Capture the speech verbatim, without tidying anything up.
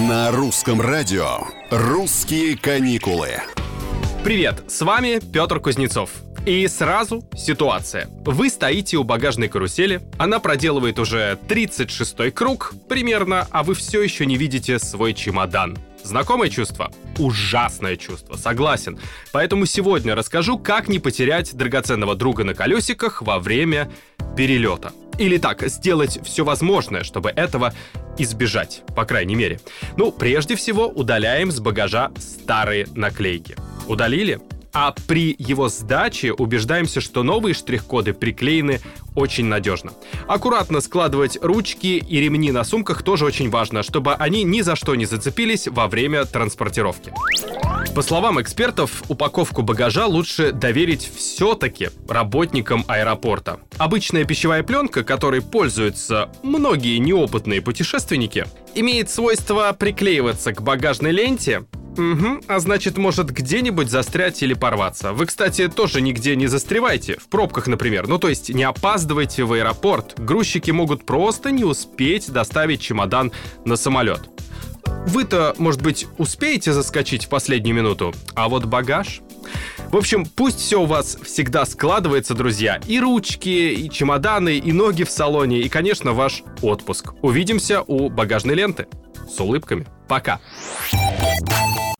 На русском радио «Русские каникулы». Привет, с вами Петр Кузнецов. И сразу ситуация. Вы стоите у багажной карусели, она проделывает уже тридцать шестой круг примерно, а вы все еще не видите свой чемодан. Знакомое чувство? Ужасное чувство, согласен. Поэтому сегодня расскажу, как не потерять драгоценного друга на колесиках во время перелета. Или так, сделать все возможное, чтобы этого избежать, по крайней мере. Ну, прежде всего, удаляем с багажа старые наклейки. Удалили? А при его сдаче убеждаемся, что новые штрих-коды приклеены очень надежно. Аккуратно складывать ручки и ремни на сумках тоже очень важно, чтобы они ни за что не зацепились во время транспортировки. По словам экспертов, упаковку багажа лучше доверить все-таки работникам аэропорта. Обычная пищевая пленка, которой пользуются многие неопытные путешественники, имеет свойство приклеиваться к багажной ленте. Угу, а значит, может где-нибудь застрять или порваться. Вы, кстати, тоже нигде не застревайте, в пробках, например. Ну, то есть не опаздывайте в аэропорт. Грузчики могут просто не успеть доставить чемодан на самолет. Вы-то, может быть, успеете заскочить в последнюю минуту, а вот багаж... В общем, пусть все у вас всегда складывается, друзья. И ручки, и чемоданы, и ноги в салоне, и, конечно, ваш отпуск. Увидимся у багажной ленты. С улыбками. Пока.